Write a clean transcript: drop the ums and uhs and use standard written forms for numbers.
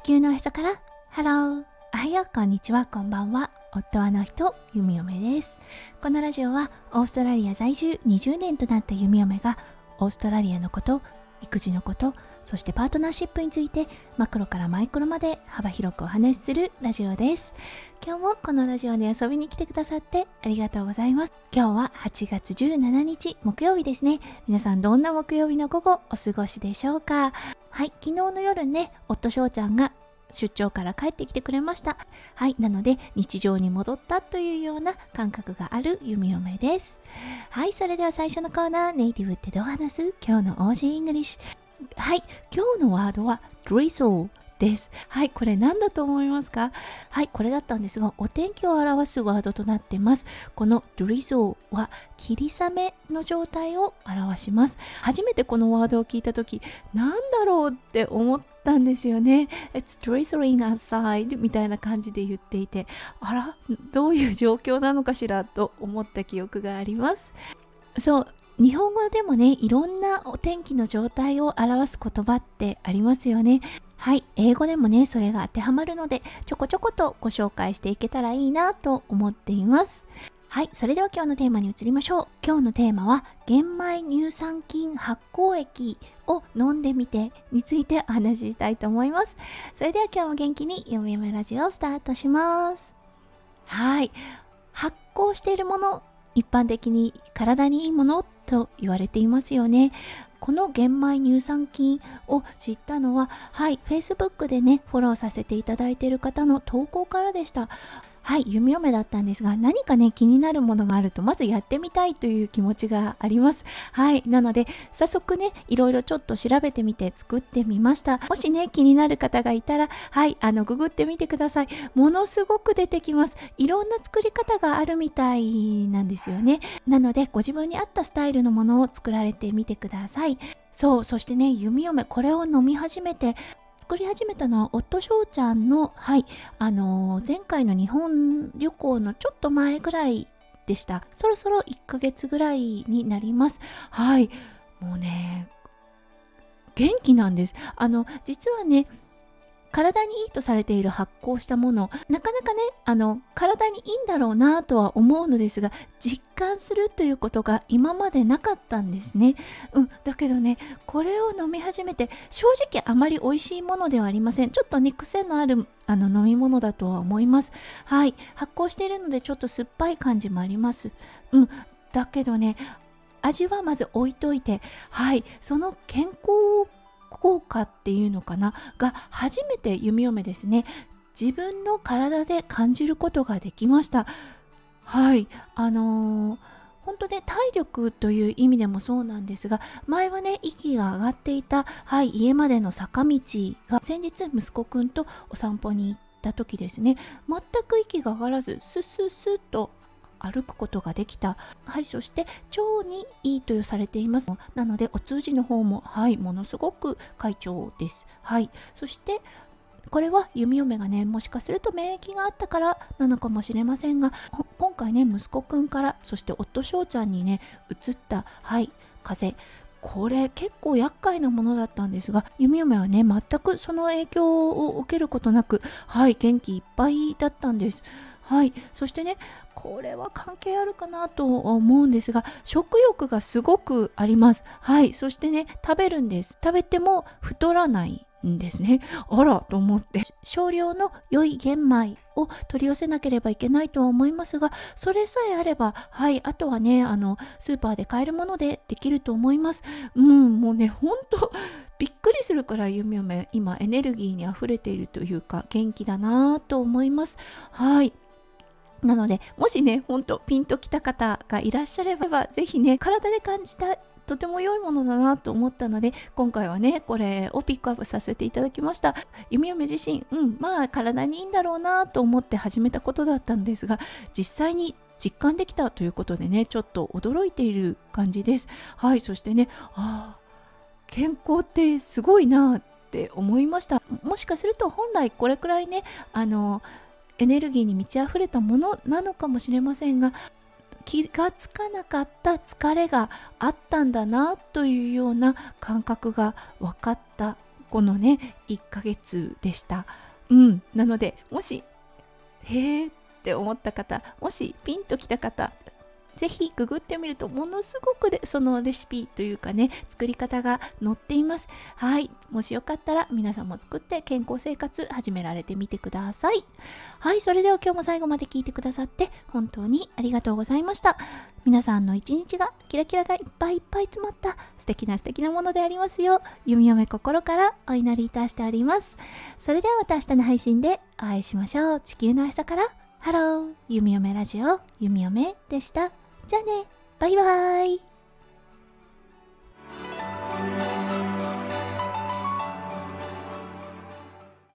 球のへそからハロー、おはよう、こんにちは、こんばんは。夫はの人、弓嫁です。このラジオはオーストラリア在住20年となった弓嫁がオーストラリアのこと、育児のこと、そしてパートナーシップについてマクロからマイクロまで幅広くお話しするラジオです。今日もこのラジオに遊びに来てくださってありがとうございます。今日は8月17日木曜日ですね。皆さんどんな木曜日の午後お過ごしでしょうか。はい、昨日の夜ね、夫翔ちゃんが出張から帰ってきてくれました。はい、なので日常に戻ったというような感覚がある弓嫁です。はい、それでは最初のコーナー、ネイティブってどう話す？今日の OG イングリッシュ。はい、今日のワードは drizzle です。はい、これ何だと思いますか？はい、これだったんですが、お天気を表すワードとなっています。この drizzle は霧雨の状態を表します。初めてこのワードを聞いたとき、なんだろうって思ったんですよね。It's drizzling outside みたいな感じで言っていて、あら、どういう状況なのかしらと思った記憶があります。そう、日本語でもね、いろんなお天気の状態を表す言葉ってありますよね。はい、英語でもね、それが当てはまるので、ちょこちょことご紹介していけたらいいなと思っています。はい、それでは今日のテーマに移りましょう。今日のテーマは、玄米乳酸菌発酵液を飲んでみてについてお話ししたいと思います。それでは今日も元気によみよみラジオをスタートします。はい、発酵しているもの、一般的に体にいいものと言われていますよね。この玄米乳酸菌を知ったのは、はい、Facebook でね、フォローさせていただいている方の投稿からでした。はい、弓嫁だったんですが、何かね、気になるものがあると、まずやってみたいという気持ちがあります。はい、なので、早速ね、いろいろちょっと調べてみて作ってみました。もしね、気になる方がいたら、はい、ググってみてください。ものすごく出てきます。いろんな作り方があるみたいなんですよね。なので、ご自分に合ったスタイルのものを作られてみてください。そう、そしてね、弓嫁、これを飲み始めて、作り始めたのは夫翔ちゃんの、はい、前回の日本旅行のちょっと前ぐらいでした。そろそろ1ヶ月ぐらいになります。はい、もうね、元気なんです。実はね、体にいいとされている発酵したもの、なかなかね、体にいいんだろうなとは思うのですが、実感するということが今までなかったんですね。だけどね、これを飲み始めて、正直あまり美味しいものではありません。ちょっとね、癖のある飲み物だとは思います。はい、発酵しているのでちょっと酸っぱい感じもあります。だけどね、味はまず置いといて、はい、その健康効果っていうのかなが初めて弓嫁ですね、自分の体で感じることができました。はい、本当ね、体力という意味でもそうなんですが、前はね、息が上がっていた、はい、家までの坂道が、先日息子くんとお散歩に行った時ですね、全く息が上がらずスッスッスッと歩くことができた。はい、そして腸にいいとされています。なのでお通じの方も、はい、ものすごく快調です。はい、そしてこれは弓嫁がね、もしかすると免疫があったからなのかもしれませんが、今回ね、息子くんから、そして夫翔ちゃんにね、移った、はい、風邪、これ結構厄介なものだったんですが、弓嫁はね、全くその影響を受けることなく、はい、元気いっぱいだったんです。はい、そしてね、これは関係あるかなと思うんですが、食欲がすごくあります。はい、そしてね、食べるんです。食べても太らないんですね。あらと思って、少量の良い玄米を取り寄せなければいけないとは思いますが、それさえあれば、はい、あとはね、スーパーで買えるものでできると思います。もうね、ほんとびっくりするくらい弓嫁、今エネルギーにあふれているというか、元気だなと思います。はい、なので、もしね、ほんとピンときた方がいらっしゃれば、ぜひね、体で感じたとても良いものだなと思ったので、今回はね、これをピックアップさせていただきました。弓嫁自身、まあ体にいいんだろうなと思って始めたことだったんですが、実際に実感できたということでね、ちょっと驚いている感じです。はい、そしてね、健康ってすごいなって思いました。もしかすると本来これくらいね、エネルギーに満ち溢れたものなのかもしれませんが、気がつかなかった疲れがあったんだなというような感覚が分かったこのね1ヶ月でした。なのでもしへーって思った方、もしピンときた方、ぜひググってみるとものすごくそのレシピというかね、作り方が載っています。はい、もしよかったら皆さんも作って健康生活始められてみてください。はい、それでは今日も最後まで聞いてくださって本当にありがとうございました。皆さんの一日がキラキラがいっぱいいっぱい詰まった素敵なものでありますよう、弓嫁心からお祈りいたしております。それではまた明日の配信でお会いしましょう。地球の明日からハロー、弓嫁ラジオ弓嫁でした。じゃあね、バイバイ。